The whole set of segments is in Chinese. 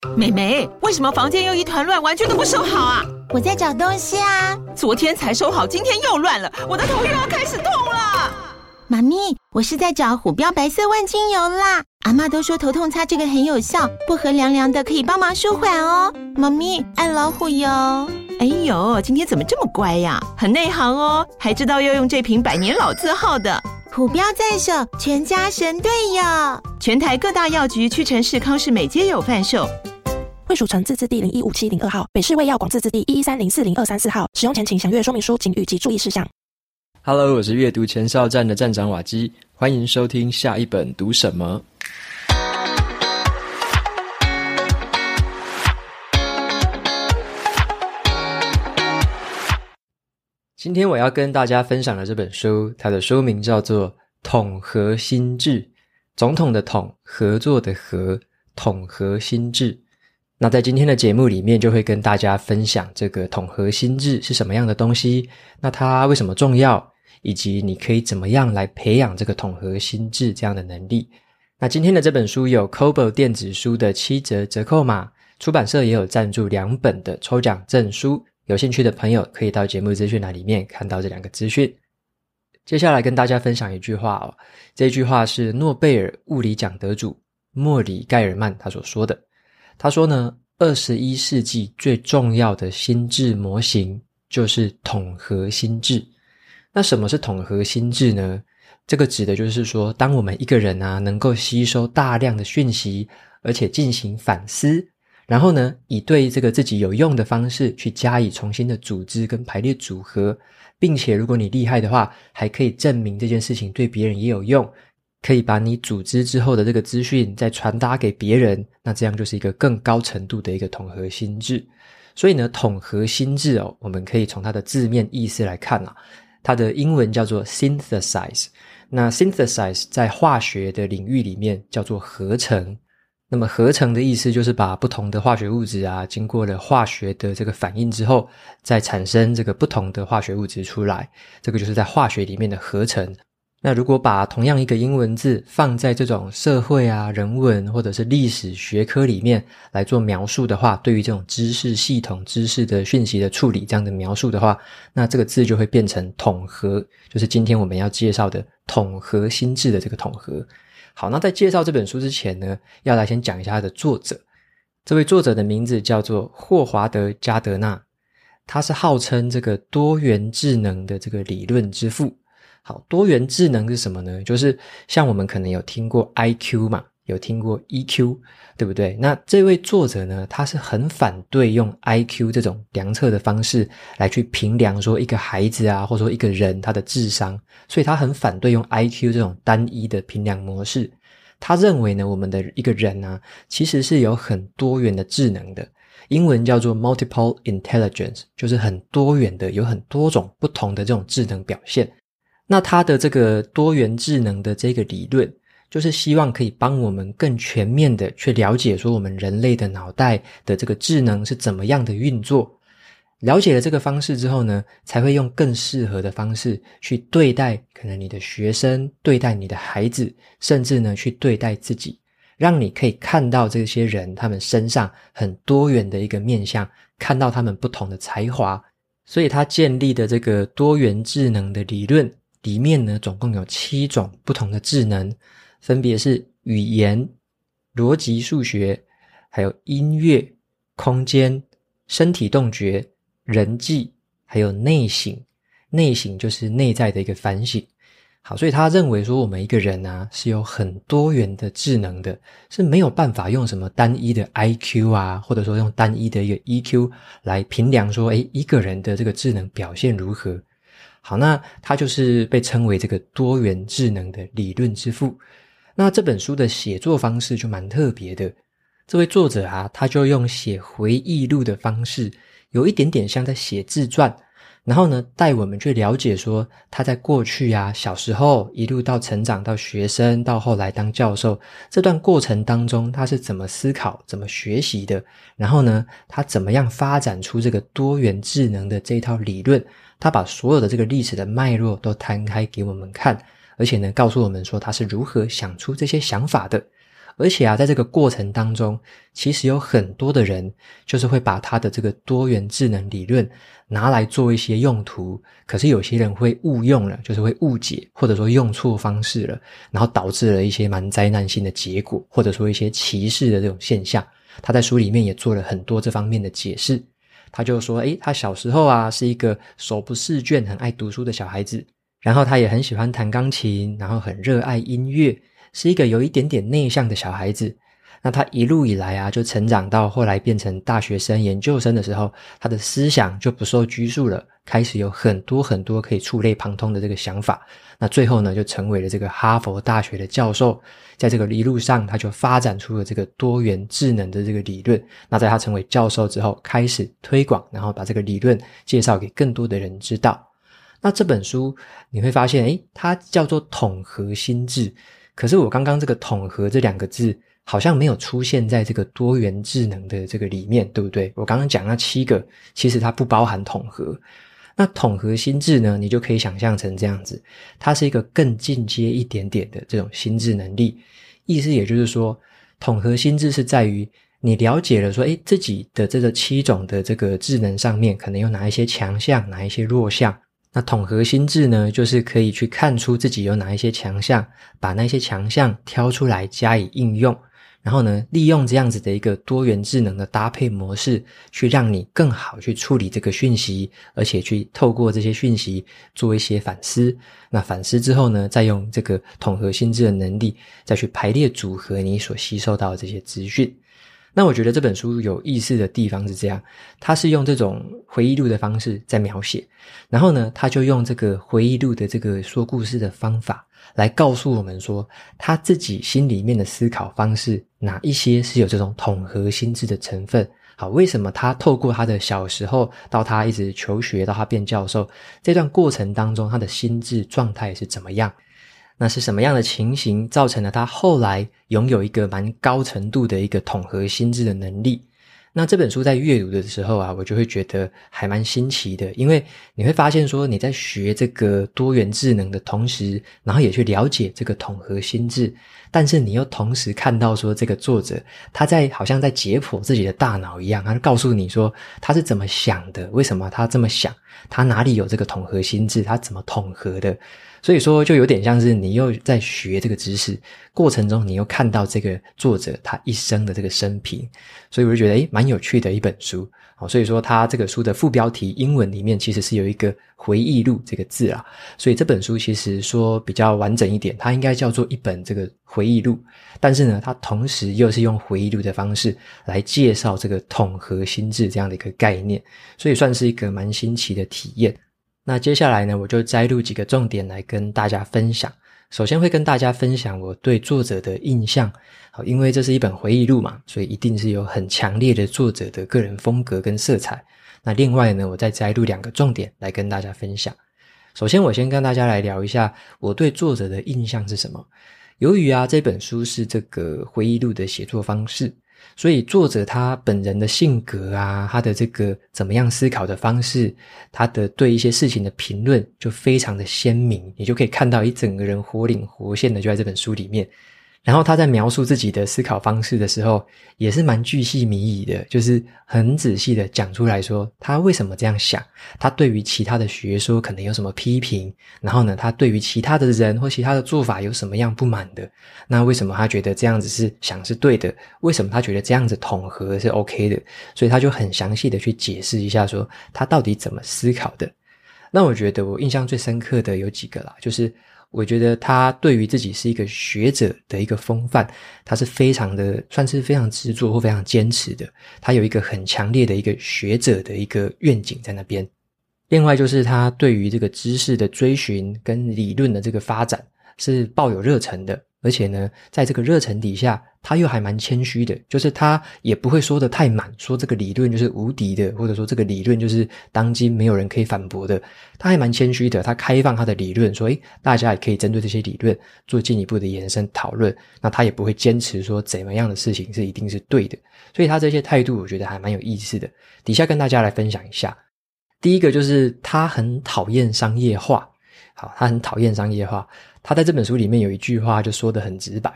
妹妹，为什么房间又一团乱，完全都不收好啊？ 我在找东西啊。 昨天才收好，今天又乱了，我的头又要开始痛了。 妈咪，我是在找虎标白色万金油啦。阿嬷都说头痛擦这个很有效，薄荷凉凉的可以帮忙舒缓哦。妈咪，爱老虎油。 哎呦，今天怎么这么乖呀？很内行哦，还知道要用这瓶百年老字号的。 虎标在手，全家神队友。 全台各大药局、屈臣氏、康士美皆有贩售。 卫署成字字第015702号，北市卫药广字字第113040234号。使用前请详阅说明书、警语及注意事项。 Hello， 我是阅读前哨站的站长瓦基，欢迎收听下一本读什么。今天我要跟大家分享的这本书，它的书名叫做《统合心智》，总统的统，合作的合，统合心智。那在今天的节目里面，就会跟大家分享这个统合心智是什么样的东西，那它为什么重要，以及你可以怎么样来培养这个统合心智这样的能力。那今天的这本书有 Kobo 电子书的7折折扣码，出版社也有赞助2本的抽奖证书，有兴趣的朋友可以到节目资讯栏里面看到这2个资讯。接下来跟大家分享一句话哦，这句话是诺贝尔物理奖得主莫里盖尔曼他所说的。他说呢，21世纪最重要的心智模型就是统合心智。那什么是统合心智呢？这个指的就是说，当我们一个人啊能够吸收大量的讯息，而且进行反思，然后呢以对这个自己有用的方式去加以重新的组织跟排列组合，并且如果你厉害的话，还可以证明这件事情对别人也有用，可以把你组织之后的这个资讯再传达给别人，那这样就是一个更高程度的一个统合心智。所以呢，统合心智哦，我们可以从它的字面意思来看啊，它的英文叫做 synthesize。那 synthesize 在化学的领域里面叫做合成。那么合成的意思就是把不同的化学物质啊，经过了化学的这个反应之后，再产生这个不同的化学物质出来，这个就是在化学里面的合成。那如果把同样一个英文字放在这种社会啊、人文或者是历史学科里面来做描述的话，对于这种知识系统、知识的讯息的处理这样的描述的话，那这个字就会变成统合，就是今天我们要介绍的统合心智的这个统合。好，那在介绍这本书之前呢，要来先讲一下它的作者。这位作者的名字叫做霍华德·加德纳，他是号称这个多元智能的这个理论之父。好，多元智能是什么呢？就是像我们可能有听过 IQ 嘛，有听过 EQ， 对不对？那这位作者呢，他是很反对用 IQ 这种量测的方式来去评量说一个孩子啊，或者说一个人他的智商，所以他很反对用 IQ 这种单一的评量模式。他认为呢，我们的一个人啊，其实是有很多元的智能的，英文叫做 multiple intelligence， 就是很多元的，有很多种不同的这种智能表现。那他的这个多元智能的这个理论，就是希望可以帮我们更全面的去了解说我们人类的脑袋的这个智能是怎么样的运作。了解了这个方式之后呢，才会用更适合的方式去对待可能你的学生，对待你的孩子，甚至呢去对待自己，让你可以看到这些人他们身上很多元的一个面向，看到他们不同的才华。所以他建立的这个多元智能的理论里面呢，总共有7种不同的智能，分别是语言、逻辑数学，还有音乐、空间、身体动觉、人际，还有内省。内省就是内在的一个反省。好，所以他认为说我们一个人啊是有很多元的智能的，是没有办法用什么单一的 IQ 啊，或者说用单一的一个 EQ 来评量说一个人的这个智能表现如何。好，那他就是被称为这个多元智能的理论之父。那这本书的写作方式就蛮特别的，这位作者啊，他就用写回忆录的方式，有一点点像在写自传，然后呢带我们去了解说他在过去啊，小时候一路到成长到学生到后来当教授，这段过程当中他是怎么思考怎么学习的，然后呢他怎么样发展出这个多元智能的这一套理论，他把所有的这个历史的脉络都摊开给我们看，而且呢告诉我们说他是如何想出这些想法的。 而且啊，在这个过程当中，其实有很多的人就是会把他的这个多元智能理论拿来做一些用途，可是有些人会误用了，就是会误解，或者说用错方式了，然后导致了一些蛮灾难性的结果，或者说一些歧视的这种现象。他在书里面也做了很多这方面的解释。他就说他小时候啊是一个手不释卷很爱读书的小孩子，然后他也很喜欢弹钢琴，然后很热爱音乐，是一个有一点点内向的小孩子。那他一路以来啊就成长到后来变成大学生研究生的时候，他的思想就不受拘束了，开始有很多很多可以触类旁通的这个想法。那最后呢就成为了这个哈佛大学的教授，在这个一路上他就发展出了这个多元智能的这个理论。那在他成为教授之后开始推广，然后把这个理论介绍给更多的人知道。那这本书你会发现它叫做统合心智，可是我刚刚这个统合这两个字好像没有出现在这个多元智能的这个里面，对不对？我刚刚讲那7个其实它不包含统合。那统合心智呢，你就可以想象成这样子，它是一个更进阶一点点的这种心智能力。意思也就是说，统合心智是在于你了解了说自己的这个7种的这个智能上面可能有哪一些强项，哪一些弱项。那统合心智呢，就是可以去看出自己有哪一些强项，把那些强项挑出来加以应用，然后呢利用这样子的一个多元智能的搭配模式，去让你更好去处理这个讯息，而且去透过这些讯息做一些反思。那反思之后呢，再用这个统合心智的能力再去排列组合你所吸收到的这些资讯。那我觉得这本书有意思的地方是这样，它是用这种回忆录的方式在描写，然后呢他就用这个回忆录的这个说故事的方法来告诉我们说，他自己心里面的思考方式哪一些是有这种统合心智的成分。好，为什么他透过他的小时候到他一直求学到他变教授这段过程当中，他的心智状态是怎么样，那是什么样的情形造成了他后来拥有一个蛮高程度的一个统合心智的能力。那这本书在阅读的时候啊，我就会觉得还蛮新奇的，因为你会发现说你在学这个多元智能的同时，然后也去了解这个统合心智，但是你又同时看到说这个作者他在好像在解剖自己的大脑一样，他就告诉你说他是怎么想的，为什么他这么想，他哪里有这个统合心智，他怎么统合的。所以说就有点像是你又在学这个知识过程中，你又看到这个作者他一生的这个生平，所以我就觉得蛮有趣的一本书。所以说他这个书的副标题英文里面其实是有一个回忆录这个字啊，所以这本书其实说比较完整一点，它应该叫做一本这个回忆录，但是呢它同时又是用回忆录的方式来介绍这个统合心智这样的一个概念，所以算是一个蛮新奇的体验。那接下来呢，我就摘录几个重点来跟大家分享。首先会跟大家分享我对作者的印象，好，因为这是一本回忆录嘛，所以一定是有很强烈的作者的个人风格跟色彩。那另外呢，我再摘录2个重点来跟大家分享。首先我先跟大家来聊一下我对作者的印象是什么。由于这本书是这个回忆录的写作方式，所以作者他本人的性格他的这个怎么样思考的方式，他的对一些事情的评论就非常的鲜明，你就可以看到一整个人活灵活现的就在这本书里面。然后他在描述自己的思考方式的时候也是蛮巨细靡遗的，就是很仔细的讲出来说他为什么这样想，他对于其他的学说可能有什么批评，然后呢他对于其他的人或其他的做法有什么样不满的，那为什么他觉得这样子是对的，为什么他觉得这样子统合是 OK 的，所以他就很详细的去解释一下说他到底怎么思考的。那我觉得我印象最深刻的有几个啦，就是我觉得他对于自己是一个学者的一个风范，他是非常的算是非常执着或非常坚持的，他有一个很强烈的一个学者的一个愿景在那边。另外就是他对于这个知识的追寻跟理论的这个发展是抱有热忱的，而且呢在这个热忱底下他又还蛮谦虚的，就是他也不会说得太满，说这个理论就是无敌的，或者说这个理论就是当今没有人可以反驳的，他还蛮谦虚的，他开放他的理论，说大家也可以针对这些理论做进一步的延伸讨论，那他也不会坚持说怎么样的事情是一定是对的，所以他这些态度我觉得还蛮有意思的。底下跟大家来分享一下。第一个就是他很讨厌商业化。好，他很讨厌商业化，他在这本书里面有一句话就说得很直白，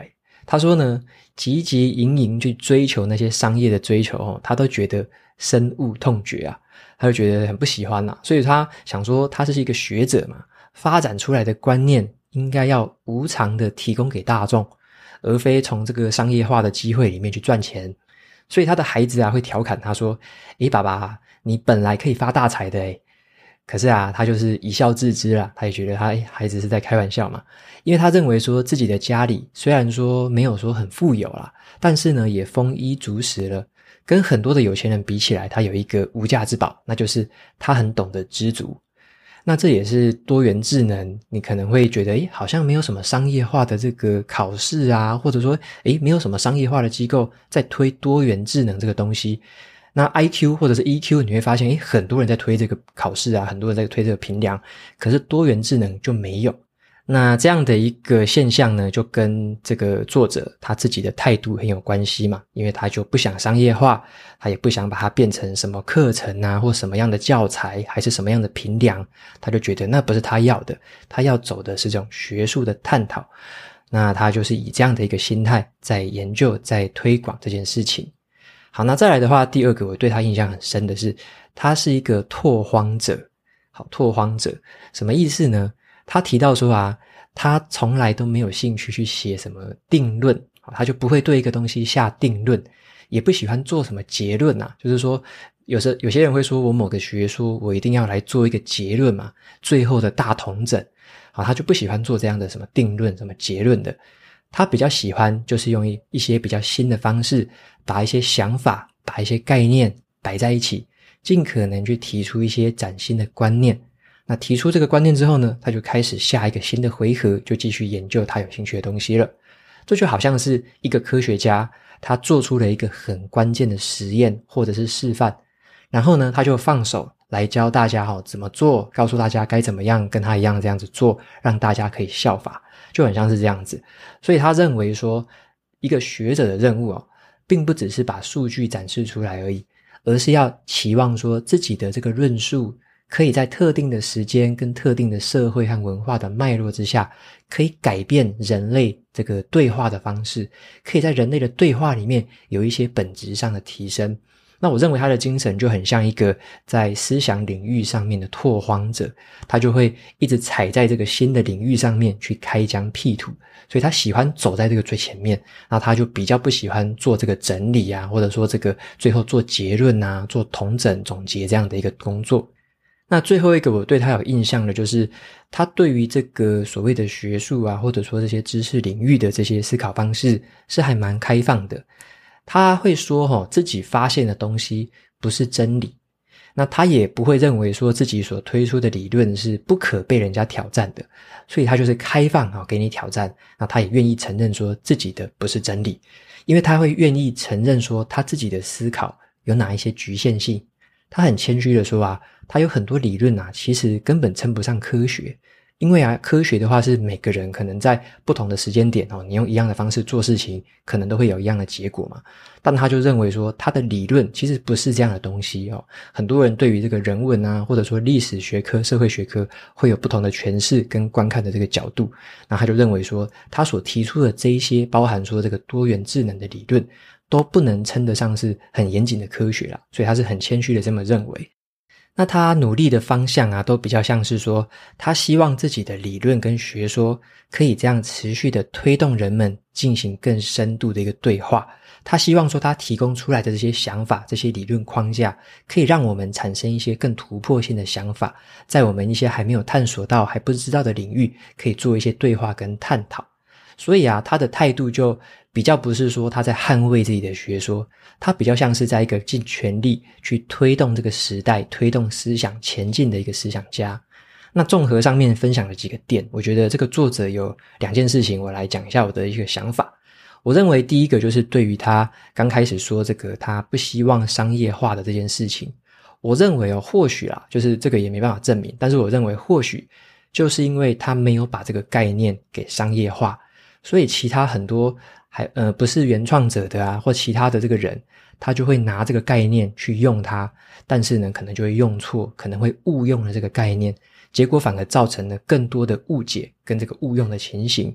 他说呢，汲汲营营去追求那些商业的追求他都觉得深恶痛绝啊，他就觉得很不喜欢啊，所以他想说他是一个学者嘛，发展出来的观念应该要无偿的提供给大众，而非从这个商业化的机会里面去赚钱。所以他的孩子会调侃他说，爸爸，你本来可以发大财的可是他就是一笑置之啦，他也觉得他孩子是在开玩笑嘛，因为他认为说自己的家里虽然说没有说很富有啦，但是呢也丰衣足食了，跟很多的有钱人比起来，他有一个无价之宝，那就是他很懂得知足。那这也是多元智能，你可能会觉得好像没有什么商业化的这个考试啊，或者说没有什么商业化的机构在推多元智能这个东西。那 IQ 或者是 EQ 你会发现很多人在推这个考试啊，很多人在推这个评量，可是多元智能就没有。那这样的一个现象呢，就跟这个作者他自己的态度很有关系嘛，因为他就不想商业化，他也不想把它变成什么课程啊，或什么样的教材，还是什么样的评量，他就觉得那不是他要的，他要走的是这种学术的探讨。那他就是以这样的一个心态在研究，在推广这件事情。好，那再来的话，第二个我对他印象很深的是，他是一个拓荒者。好，拓荒者什么意思呢？他提到说他从来都没有兴趣去写什么定论，他就不会对一个东西下定论，也不喜欢做什么结论就是说有些人会说我某个学说我一定要来做一个结论嘛，最后的大统整他就不喜欢做这样的什么定论什么结论的，他比较喜欢就是用一些比较新的方式，把一些想法把一些概念摆在一起，尽可能去提出一些崭新的观念。那提出这个观念之后呢，他就开始下一个新的回合，就继续研究他有兴趣的东西了。这就好像是一个科学家，他做出了一个很关键的实验或者是示范，然后呢他就放手来教大家怎么做，告诉大家该怎么样跟他一样这样子做，让大家可以效法，就很像是这样子。所以他认为说，一个学者的任务并不只是把数据展示出来而已，而是要期望说自己的这个论述可以在特定的时间跟特定的社会和文化的脉络之下，可以改变人类这个对话的方式，可以在人类的对话里面有一些本质上的提升。那我认为他的精神就很像一个在思想领域上面的拓荒者，他就会一直踩在这个新的领域上面去开疆辟土，所以他喜欢走在这个最前面，那他就比较不喜欢做这个整理或者说这个最后做结论做统整总结这样的一个工作。那最后一个我对他有印象的就是他对于这个所谓的学术或者说这些知识领域的这些思考方式是还蛮开放的。他会说自己发现的东西不是真理，那他也不会认为说自己所推出的理论是不可被人家挑战的，所以他就是开放给你挑战，那他也愿意承认说自己的不是真理，因为他会愿意承认说他自己的思考有哪一些局限性。他很谦虚的说他有很多理论其实根本称不上科学，因为科学的话是每个人可能在不同的时间点你用一样的方式做事情，可能都会有一样的结果嘛。但他就认为说他的理论其实不是这样的东西很多人对于这个人文或者说历史学科社会学科会有不同的诠释跟观看的这个角度，那他就认为说他所提出的这一些包含说这个多元智能的理论都不能称得上是很严谨的科学啦，所以他是很谦虚的这么认为。那他努力的方向都比较像是说，他希望自己的理论跟学说可以这样持续的推动人们进行更深度的一个对话。他希望说他提供出来的这些想法，这些理论框架可以让我们产生一些更突破性的想法，在我们一些还没有探索到还不知道的领域可以做一些对话跟探讨。所以他的态度就比较不是说他在捍卫自己的学说，他比较像是在一个尽全力去推动这个时代，推动思想前进的一个思想家。那综合上面分享了几个点，我觉得这个作者有2件事情我来讲一下我的一个想法。我认为第一个就是对于他刚开始说这个他不希望商业化的这件事情，我认为或许就是这个也没办法证明，但是我认为或许就是因为他没有把这个概念给商业化，所以其他很多不是原创者的或其他的这个人，他就会拿这个概念去用它，但是呢可能就会用错，可能会误用了这个概念，结果反而造成了更多的误解跟这个误用的情形。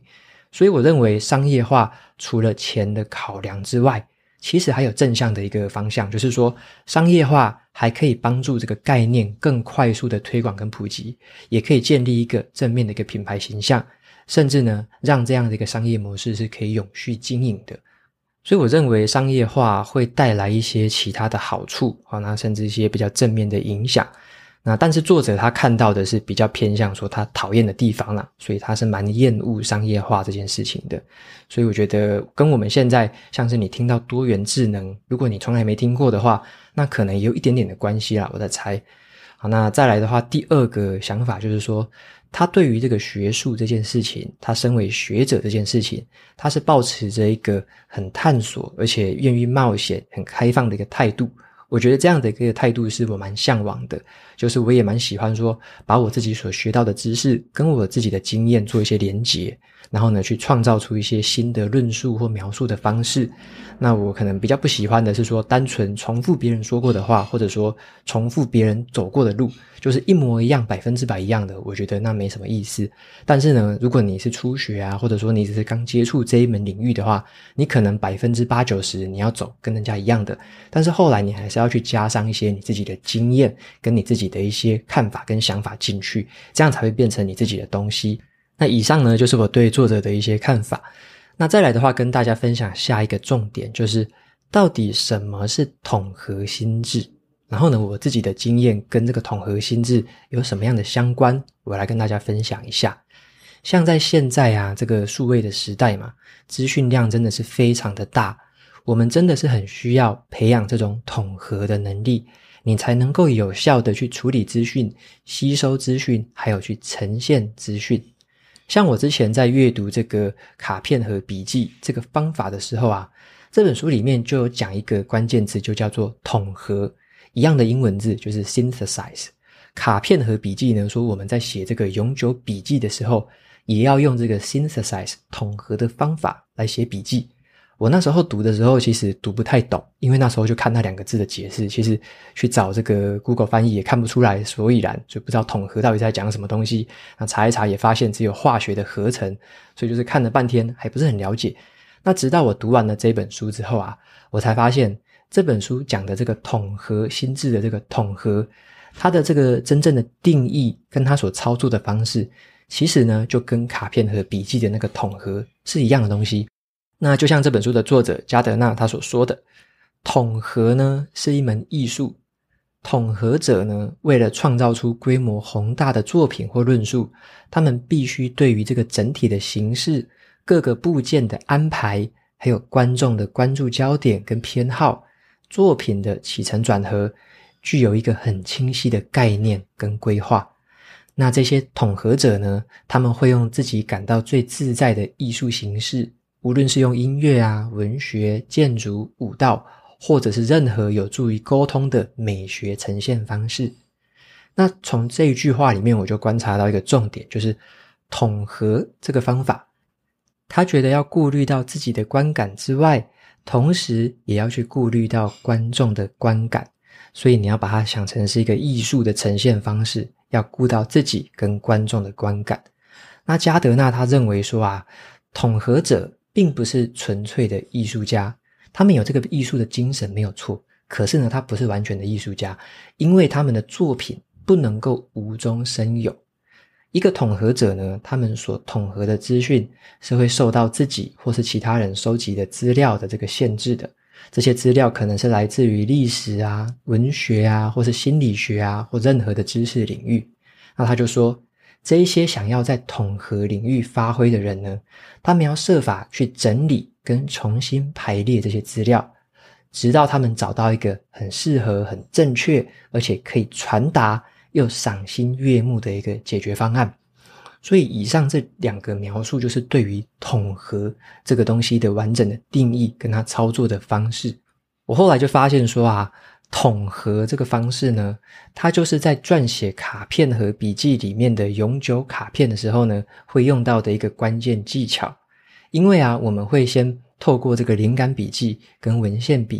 所以我认为商业化除了钱的考量之外，其实还有正向的一个方向，就是说商业化还可以帮助这个概念更快速的推广跟普及，也可以建立一个正面的一个品牌形象，甚至呢让这样的一个商业模式是可以永续经营的。所以我认为商业化会带来一些其他的好处，那甚至一些比较正面的影响。那但是作者他看到的是比较偏向说他讨厌的地方啦，所以他是蛮厌恶商业化这件事情的。所以我觉得跟我们现在像是你听到多元智能，如果你从来没听过的话，那可能也有一点点的关系啦，我在猜。好，那再来的话，第二个想法就是说，他对于这个学术这件事情，他身为学者这件事情，他是抱持着一个很探索而且愿意冒险很开放的一个态度。我觉得这样的一个态度是我蛮向往的，就是我也蛮喜欢说把我自己所学到的知识跟我自己的经验做一些连结，然后呢去创造出一些新的论述或描述的方式。那我可能比较不喜欢的是说单纯重复别人说过的话，或者说重复别人走过的路，就是一模一样100%一样的，我觉得那没什么意思。但是呢，如果你是初学啊，或者说你只是刚接触这一门领域的话，你可能80%-90%你要走跟人家一样的，但是后来你还是要去加上一些你自己的经验跟你自己的一些看法跟想法进去，这样才会变成你自己的东西。那以上呢就是我对作者的一些看法。那再来的话跟大家分享下一个重点，就是到底什么是统合心智，然后呢我自己的经验跟这个统合心智有什么样的相关，我来跟大家分享一下。像在现在啊这个数位的时代嘛，资讯量真的是非常的大，我们真的是很需要培养这种统合的能力，你才能够有效的去处理资讯、吸收资讯，还有去呈现资讯。像我之前在阅读这个卡片和笔记这个方法的时候啊，这本书里面就有讲一个关键词，就叫做统合，一样的英文字就是 synthesize。 卡片和笔记呢，说我们在写这个永久笔记的时候，也要用这个 synthesize 统合的方法来写笔记。我那时候读的时候其实读不太懂，因为那时候就看那2个字的解释，其实去找这个 Google 翻译也看不出来所以然，就不知道统合到底在讲什么东西。那查一查也发现只有化学的合成，所以就是看了半天还不是很了解。那直到我读完了这本书之后啊，我才发现这本书讲的这个统合心智的这个统合，它的这个真正的定义跟它所操作的方式，其实呢就跟卡片和笔记的那个统合是一样的东西。那就像这本书的作者加德纳他所说的，统合呢是一门艺术，统合者呢为了创造出规模宏大的作品或论述，他们必须对于这个整体的形式、各个部件的安排，还有观众的关注焦点跟偏好，作品的起承转合，具有一个很清晰的概念跟规划。那这些统合者呢，他们会用自己感到最自在的艺术形式，无论是用音乐啊、文学、建筑、舞蹈，或者是任何有助于沟通的美学呈现方式。那从这一句话里面我就观察到一个重点，就是统合这个方法，他觉得要顾虑到自己的观感之外，同时也要去顾虑到观众的观感，所以你要把它想成是一个艺术的呈现方式，要顾到自己跟观众的观感。那加德纳他认为说啊，统合者并不是纯粹的艺术家，他们有这个艺术的精神没有错，可是呢他不是完全的艺术家，因为他们的作品不能够无中生有。一个统合者呢，他们所统合的资讯是会受到自己或是其他人收集的资料的这个限制的，这些资料可能是来自于历史啊、文学啊，或是心理学啊，或任何的知识领域。那他就说，这一些想要在统合领域发挥的人呢，他们要设法去整理跟重新排列这些资料，直到他们找到一个很适合、很正确，而且可以传达又赏心悦目的一个解决方案。所以以上这2个描述就是对于统合这个东西的完整的定义跟它操作的方式。我后来就发现说啊，统合这个方式呢，它就是在撰写卡片和笔记里面的永久卡片的时候呢，会用到的一个关键技巧。因为啊，我们会先透过这个灵感笔记跟文献笔记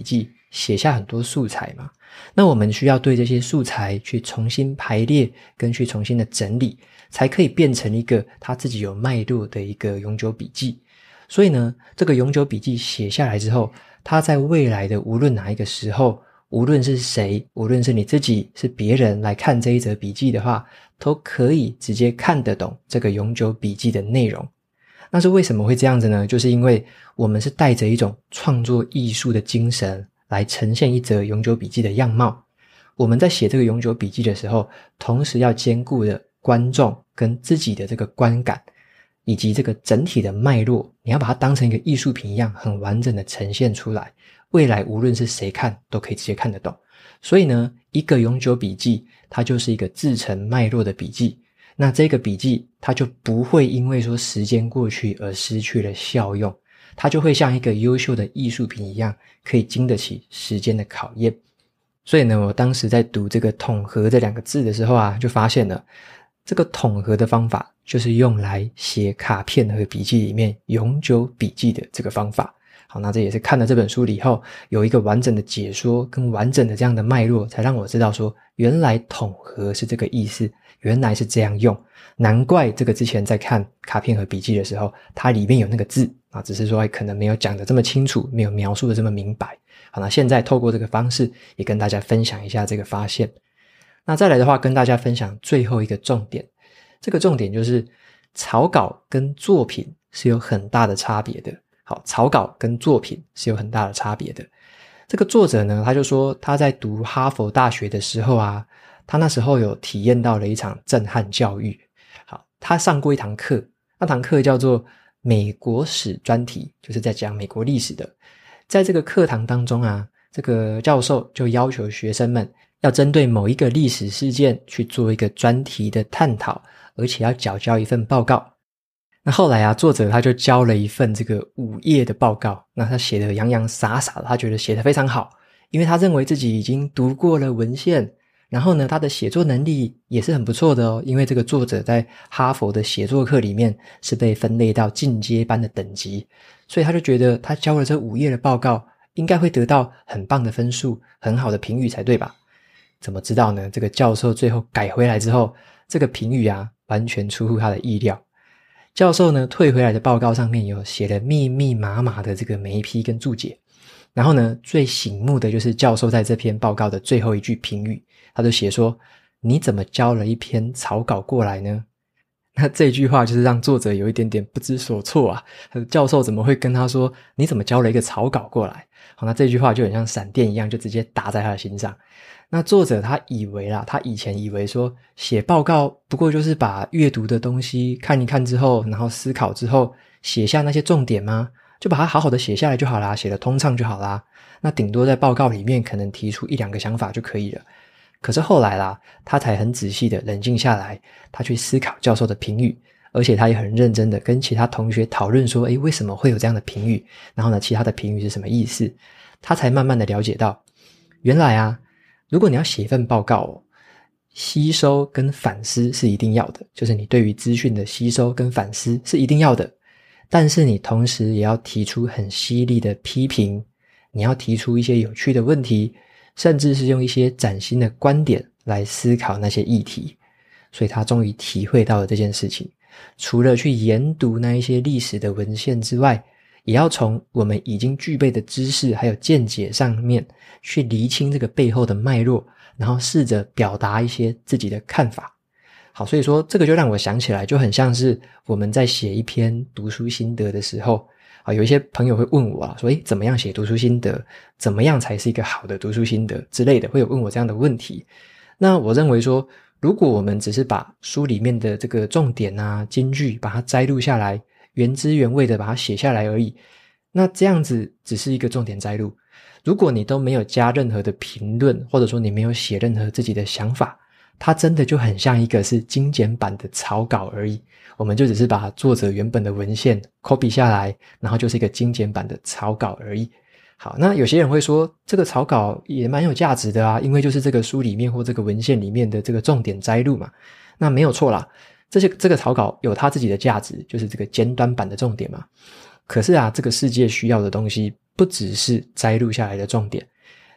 写下很多素材嘛，那我们需要对这些素材去重新排列跟去重新的整理，才可以变成一个他自己有脉络的一个永久笔记。所以呢，这个永久笔记写下来之后，他在未来的无论哪一个时候，无论是谁，无论是你自己是别人来看这一则笔记的话，都可以直接看得懂这个永久笔记的内容。那是为什么会这样子呢？就是因为我们是带着一种创作艺术的精神来呈现一则永久笔记的样貌。我们在写这个永久笔记的时候，同时要兼顾的观众跟自己的这个观感，以及这个整体的脉络，你要把它当成一个艺术品一样很完整的呈现出来，未来无论是谁看都可以直接看得懂。所以呢，一个永久笔记它就是一个自成脉络的笔记，那这个笔记它就不会因为说时间过去而失去了效用，它就会像一个优秀的艺术品一样，可以经得起时间的考验。所以呢，我当时在读这个统合这两个字的时候啊，就发现了这个统合的方法就是用来写卡片和笔记里面永久笔记的这个方法。好，那这也是看了这本书以后有一个完整的解说跟完整的这样的脉络，才让我知道说原来统合是这个意思，原来是这样用，难怪这个之前在看卡片和笔记的时候它里面有那个字啊，只是说可能没有讲得这么清楚，没有描述得这么明白。好，那现在透过这个方式也跟大家分享一下这个发现。那再来的话跟大家分享最后一个重点，这个重点就是草稿跟作品是有很大的差别的。好，草稿跟作品是有很大的差别的。这个作者呢，他就说他在读哈佛大学的时候啊，他那时候有体验到了一场震撼教育。好，他上过一堂课，那堂课叫做美国史专题，就是在讲美国历史的。在这个课堂当中啊，这个教授就要求学生们要针对某一个历史事件去做一个专题的探讨，而且要缴交一份报告。那后来啊，作者他就交了一份这个5页的报告，那他写得洋洋洒洒的，他觉得写得非常好，因为他认为自己已经读过了文献，然后呢，他的写作能力也是很不错的哦，因为这个作者在哈佛的写作课里面是被分类到进阶班的等级，所以他就觉得他交了这5页的报告应该会得到很棒的分数，很好的评语才对吧？怎么知道呢？这个教授最后改回来之后，这个评语啊完全出乎他的意料。教授呢退回来的报告上面有写了密密麻麻的这个眉批跟注解，然后呢最醒目的就是教授在这篇报告的最后一句评语，他就写说你怎么交了一篇草稿过来呢？那这句话就是让作者有一点点不知所措啊，教授怎么会跟他说你怎么交了一个草稿过来？好，那这句话就很像闪电一样，就直接打在他的心上。那作者他以为啦，他以前以为说写报告不过就是把阅读的东西看一看之后，然后思考之后写下那些重点吗？就把它好好的写下来就好啦，写得通畅就好啦，那顶多在报告里面可能提出1-2个想法就可以了。可是后来啦，他才很仔细的冷静下来，他去思考教授的评语，而且他也很认真的跟其他同学讨论说为什么会有这样的评语，然后呢其他的评语是什么意思，他才慢慢的了解到原来啊，如果你要写一份报告吸收跟反思是一定要的，就是你对于资讯的吸收跟反思是一定要的，但是你同时也要提出很犀利的批评，你要提出一些有趣的问题，甚至是用一些崭新的观点来思考那些议题。所以他终于体会到了这件事情，除了去研读那一些历史的文献之外，也要从我们已经具备的知识还有见解上面去厘清这个背后的脉络，然后试着表达一些自己的看法。好，所以说这个就让我想起来，就很像是我们在写一篇读书心得的时候啊，有一些朋友会问我啊，说怎么样写读书心得，怎么样才是一个好的读书心得之类的，会有问我这样的问题。那我认为说，如果我们只是把书里面的这个重点啊金句把它摘录下来，原汁原味的把它写下来而已，那这样子只是一个重点摘录。如果你都没有加任何的评论，或者说你没有写任何自己的想法，它真的就很像一个是精简版的草稿而已，我们就只是把作者原本的文献 copy 下来，然后就是一个精简版的草稿而已。好，那有些人会说这个草稿也蛮有价值的啊，因为就是这个书里面或这个文献里面的这个重点摘录嘛。那没有错啦，这个草稿有它自己的价值，就是这个尖端版的重点嘛。可是啊，这个世界需要的东西不只是摘录下来的重点，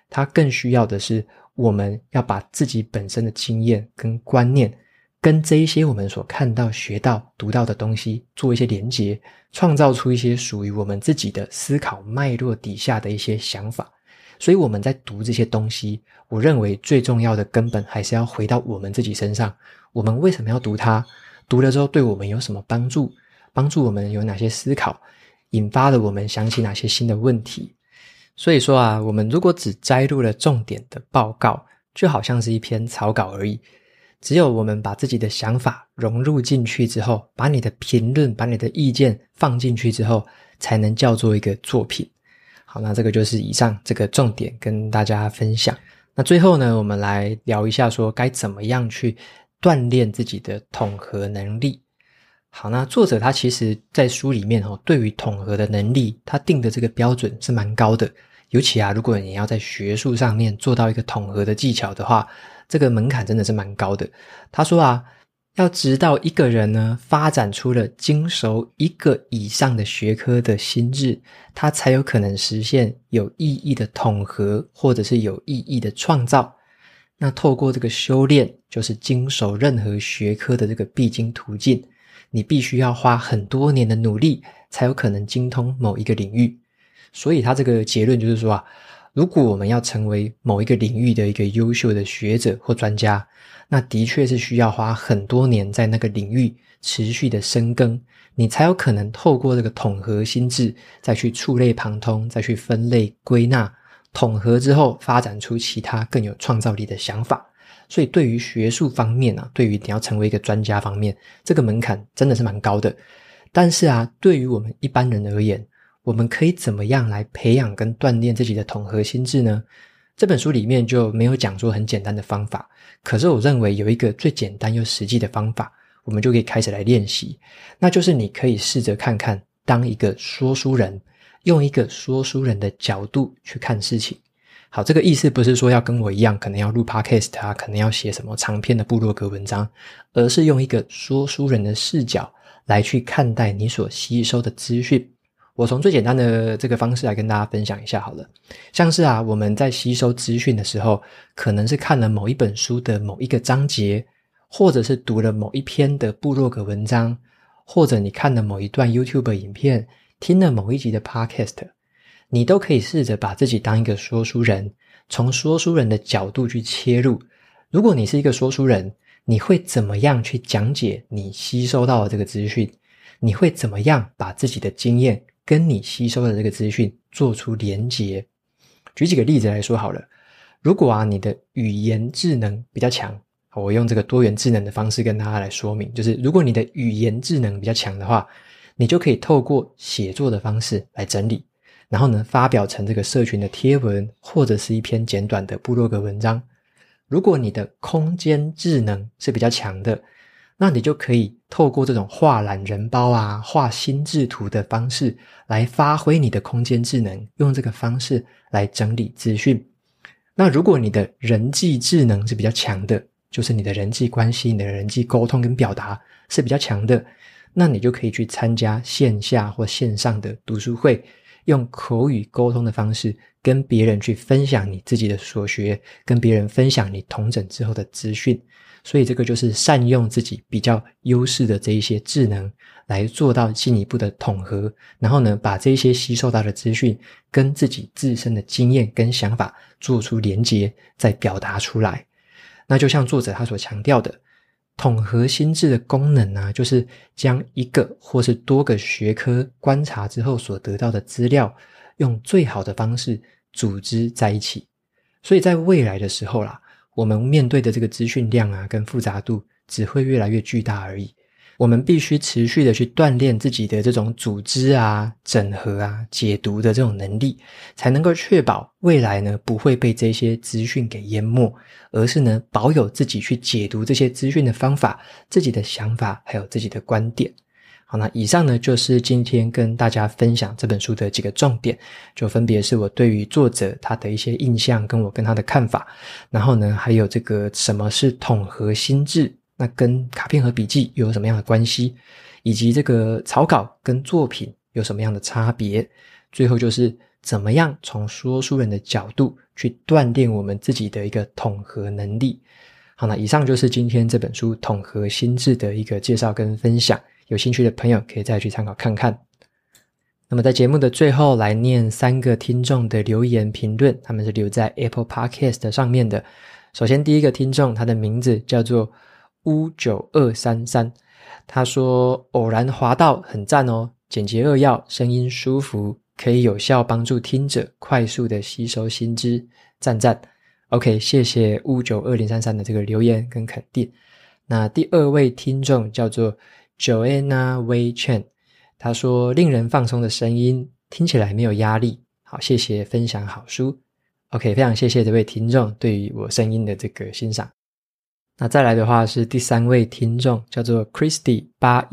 它更需要的是我们要把自己本身的经验跟观念跟这一些我们所看到、学到、读到的东西做一些连结，创造出一些属于我们自己的思考脉络底下的一些想法。所以我们在读这些东西，我认为最重要的根本还是要回到我们自己身上。我们为什么要读它？读了之后对我们有什么帮助？帮助我们有哪些思考？引发了我们想起哪些新的问题？所以说啊，我们如果只摘录了重点的报告，就好像是一篇草稿而已。只有我们把自己的想法融入进去之后，把你的评论、把你的意见放进去之后，才能叫做一个作品。好，那这个就是以上这个重点跟大家分享。那最后呢，我们来聊一下说该怎么样去锻炼自己的统合能力。好，那作者他其实在书里面对于统合的能力，他定的这个标准是蛮高的。尤其啊，如果你要在学术上面做到一个统合的技巧的话，这个门槛真的是蛮高的。他说啊，要直到一个人呢发展出了精熟一个以上的学科的心智，他才有可能实现有意义的统合，或者是有意义的创造。那透过这个修炼，就是精熟任何学科的这个必经途径，你必须要花很多年的努力，才有可能精通某一个领域。所以他这个结论就是说啊，如果我们要成为某一个领域的一个优秀的学者或专家，那的确是需要花很多年在那个领域持续的深耕，你才有可能透过这个统合心智，再去触类旁通，再去分类归纳，统合之后发展出其他更有创造力的想法。所以对于学术方面啊，对于你要成为一个专家方面，这个门槛真的是蛮高的。但是啊，对于我们一般人而言，我们可以怎么样来培养跟锻炼自己的统合心智呢？这本书里面就没有讲说很简单的方法，可是我认为有一个最简单又实际的方法，我们就可以开始来练习。那就是你可以试着看看当一个说书人，用一个说书人的角度去看事情。好，这个意思不是说要跟我一样可能要录 podcast 啊，可能要写什么长篇的部落格文章，而是用一个说书人的视角来去看待你所吸收的资讯。我从最简单的这个方式来跟大家分享一下好了。像是啊，我们在吸收资讯的时候，可能是看了某一本书的某一个章节，或者是读了某一篇的部落格文章，或者你看了某一段 YouTube 影片，听了某一集的 Podcast， 你都可以试着把自己当一个说书人，从说书人的角度去切入。如果你是一个说书人，你会怎么样去讲解你吸收到的这个资讯？你会怎么样把自己的经验跟你吸收的这个资讯做出连结？举几个例子来说好了。如果啊，你的语言智能比较强，我用这个多元智能的方式跟大家来说明，就是如果你的语言智能比较强的话，你就可以透过写作的方式来整理，然后呢发表成这个社群的贴文，或者是一篇简短的部落格文章。如果你的空间智能是比较强的，那你就可以透过这种画懒人包啊、画心智图的方式来发挥你的空间智能，用这个方式来整理资讯。那如果你的人际智能是比较强的，就是你的人际关系、你的人际沟通跟表达是比较强的，那你就可以去参加线下或线上的读书会，用口语沟通的方式跟别人去分享你自己的所学，跟别人分享你统整之后的资讯。所以这个就是善用自己比较优势的这一些智能，来做到进一步的统合，然后呢，把这一些吸收到的资讯跟自己自身的经验跟想法做出连结，再表达出来。那就像作者他所强调的，统合心智的功能啊，就是将一个或是多个学科观察之后所得到的资料，用最好的方式组织在一起。所以在未来的时候啦，我们面对的这个资讯量啊跟复杂度只会越来越巨大而已。我们必须持续的去锻炼自己的这种组织啊、整合啊、解读的这种能力，才能够确保未来呢不会被这些资讯给淹没，而是呢保有自己去解读这些资讯的方法、自己的想法还有自己的观点。好，那以上呢就是今天跟大家分享这本书的几个重点，就分别是我对于作者他的一些印象，跟我跟他的看法，然后呢还有这个什么是统合心智，那跟卡片和笔记又有什么样的关系，以及这个草稿跟作品有什么样的差别，最后就是怎么样从说书人的角度去锻炼我们自己的一个统合能力。好，那以上就是今天这本书《统合心智》的一个介绍跟分享，有兴趣的朋友可以再去参考看看。那么在节目的最后来念3个听众的留言评论，他们是留在 Apple Podcast 上面的。首先第一个听众，他的名字叫做9233，他说偶然滑到很赞哦，简洁扼要，声音舒服，可以有效帮助听者快速的吸收新知，赞赞。OK， 谢谢592033的这个留言跟肯定。那第2位听众叫做 Joanna Wei Chen， 他说令人放松的声音，听起来没有压力，好，谢谢分享好书。OK， 非常谢谢这位听众对于我声音的这个欣赏。那再来的话是第3位听众叫做 Christy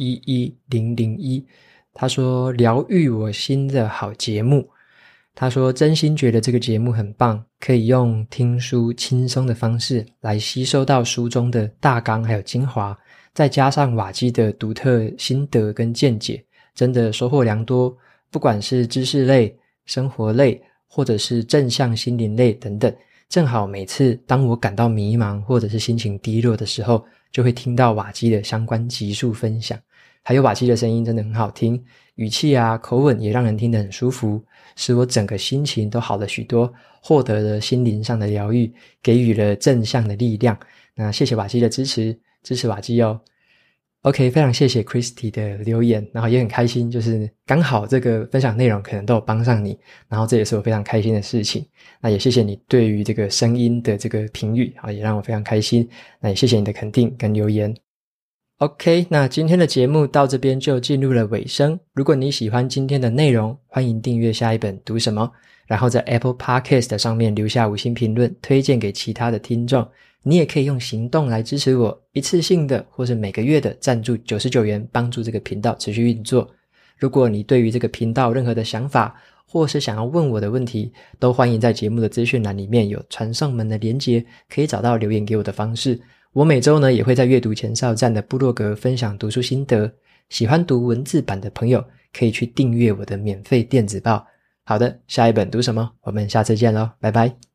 811001，他说疗愈我心的好节目，他说真心觉得这个节目很棒，可以用听书轻松的方式来吸收到书中的大纲还有精华，再加上瓦基的独特心得跟见解，真的收获良多，不管是知识类、生活类或者是正向心灵类等等，正好每次当我感到迷茫或者是心情低落的时候，就会听到瓦基的相关集数分享，还有瓦基的声音真的很好听，语气啊口吻也让人听得很舒服，使我整个心情都好了许多，获得了心灵上的疗愈，给予了正向的力量。那谢谢瓦基的支持瓦基哦。OK， 非常谢谢 Christy 的留言，然后也很开心，就是刚好这个分享内容可能都有帮上你，然后这也是我非常开心的事情。那也谢谢你对于这个声音的这个评语，也让我非常开心。那也谢谢你的肯定跟留言。OK， 那今天的节目到这边就进入了尾声。如果你喜欢今天的内容，欢迎订阅下一本读什么，然后在 Apple Podcast 上面留下5星评论，推荐给其他的听众。你也可以用行动来支持我，一次性的或是每个月的赞助99元，帮助这个频道持续运作。如果你对于这个频道任何的想法，或是想要问我的问题，都欢迎在节目的资讯栏里面有传送门的连结，可以找到留言给我的方式。我每周呢也会在阅读前哨站的部落格分享读书心得，喜欢读文字版的朋友可以去订阅我的免费电子报。好的，下一本读什么？我们下次见咯，拜拜。